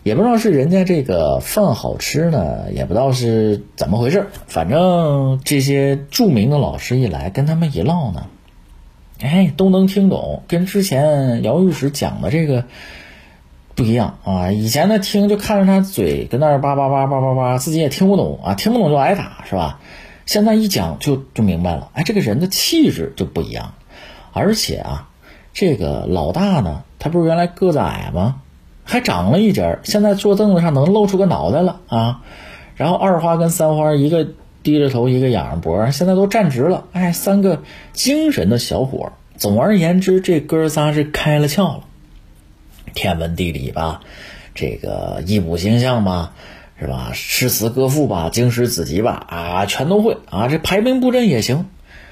也不知道是人家这个饭好吃呢，也不知道是怎么回事，反正这些著名的老师一来跟他们一唠呢，都能听懂，跟之前姚御史讲的这个不一样啊。以前呢听就看着他嘴跟那儿叭叭叭叭叭叭，自己也听不懂啊，听不懂就挨打是吧？现在一讲就明白了，这个人的气质就不一样。而且啊，这个老大呢，他不是原来个子矮吗？还长了一截，现在坐凳子上能露出个脑袋了啊。然后二花跟三花一个低着头，一个仰着脖，现在都站直了，三个精神的小伙。总而言之，这哥仨是开了窍了。天文地理吧，这个易卜星象吧，是吧？诗词歌赋吧，经史子集吧，全都会啊。这排兵布阵也行。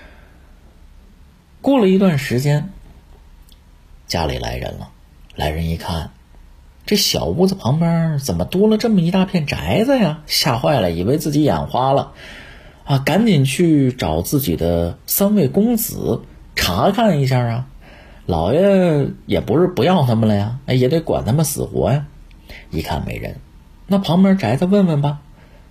过了一段时间，家里来人了，来人一看，这小屋子旁边怎么多了这么一大片宅子呀？吓坏了，以为自己眼花了啊，赶紧去找自己的三位公子查看一下啊。老爷也不是不要他们了呀，也得管他们死活呀。一看没人，那旁边宅子问问吧。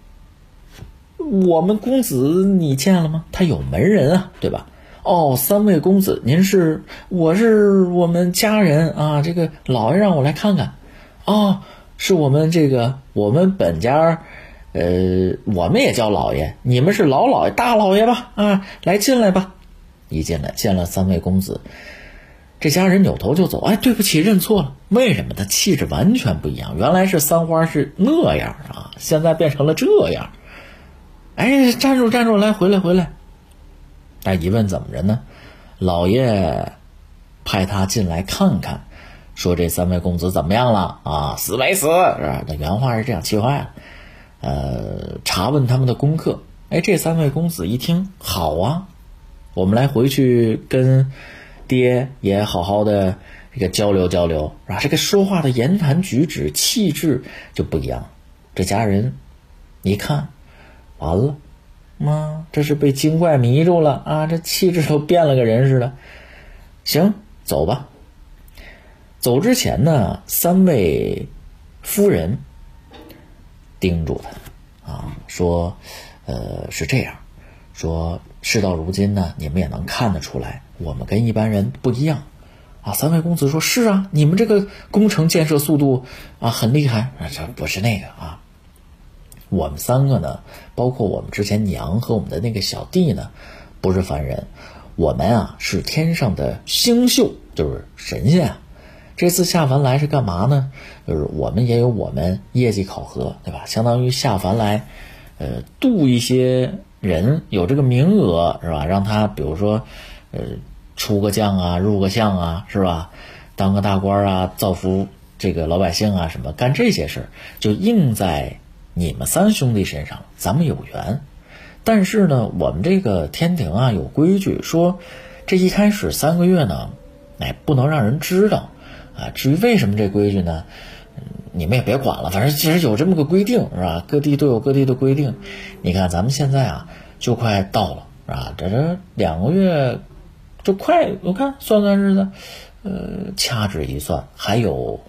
我们公子你见了吗？他有门人啊，对吧？三位公子，我是我们家人啊，这个老爷让我来看看。是我们本家，我们也叫老爷，你们是老爷大老爷吧？来进来吧。一进来见了三位公子，这家人扭头就走。对不起，认错了。为什么？他气质完全不一样，原来是三花是那样啊，现在变成了这样。站住，来回来。一问怎么着呢？老爷派他进来看看，说这三位公子怎么样了啊？死没死？那原话是这样，气坏了。查问他们的功课。这三位公子一听，好啊，我们来回去跟爹也好好的这个交流交流，这个说话的言谈举止气质就不一样。这家人一看，完了。这是被精怪迷住了啊！这气质都变了个人似的。行，走吧。走之前呢，三位夫人叮嘱他说是这样，说事到如今呢，你们也能看得出来，我们跟一般人不一样啊。三位公子说是啊，你们这个工程建设速度很厉害。这不是那个啊。我们三个呢，包括我们之前娘和我们的那个小弟呢，不是凡人，我们是天上的星宿，就是神仙啊。这次下凡来是干嘛呢？就是我们也有我们业绩考核，对吧？相当于下凡来度一些人，有这个名额是吧？让他比如说出个将入个相是吧？当个大官造福这个老百姓什么，干这些事就印在你们三兄弟身上，咱们有缘。但是呢，我们这个天庭有规矩，说这一开始3个月呢，不能让人知道至于为什么这规矩呢，你们也别管了，反正其实有这么个规定是吧？各地都有各地的规定。你看咱们现在就快到了是吧？这2个月就快，我看算日子，掐指一算还有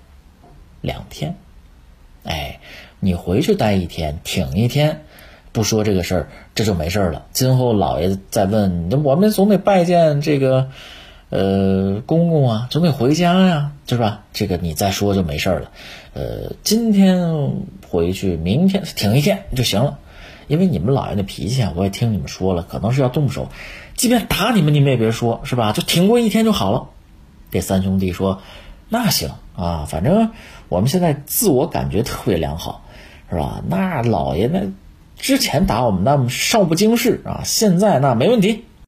2天。你回去待1天，挺1天，不说这个事儿，这就没事了。今后老爷再问，我们总得拜见这个公公总得回家呀，是吧？这个你再说就没事了。今天回去，明天挺1天就行了。因为你们老爷的脾气我也听你们说了，可能是要动手，即便打你们也别说，是吧？就挺过1天就好了。这三兄弟说那行反正我们现在自我感觉特别良好，是吧？那老爷之前打我们那少不经事现在那没问题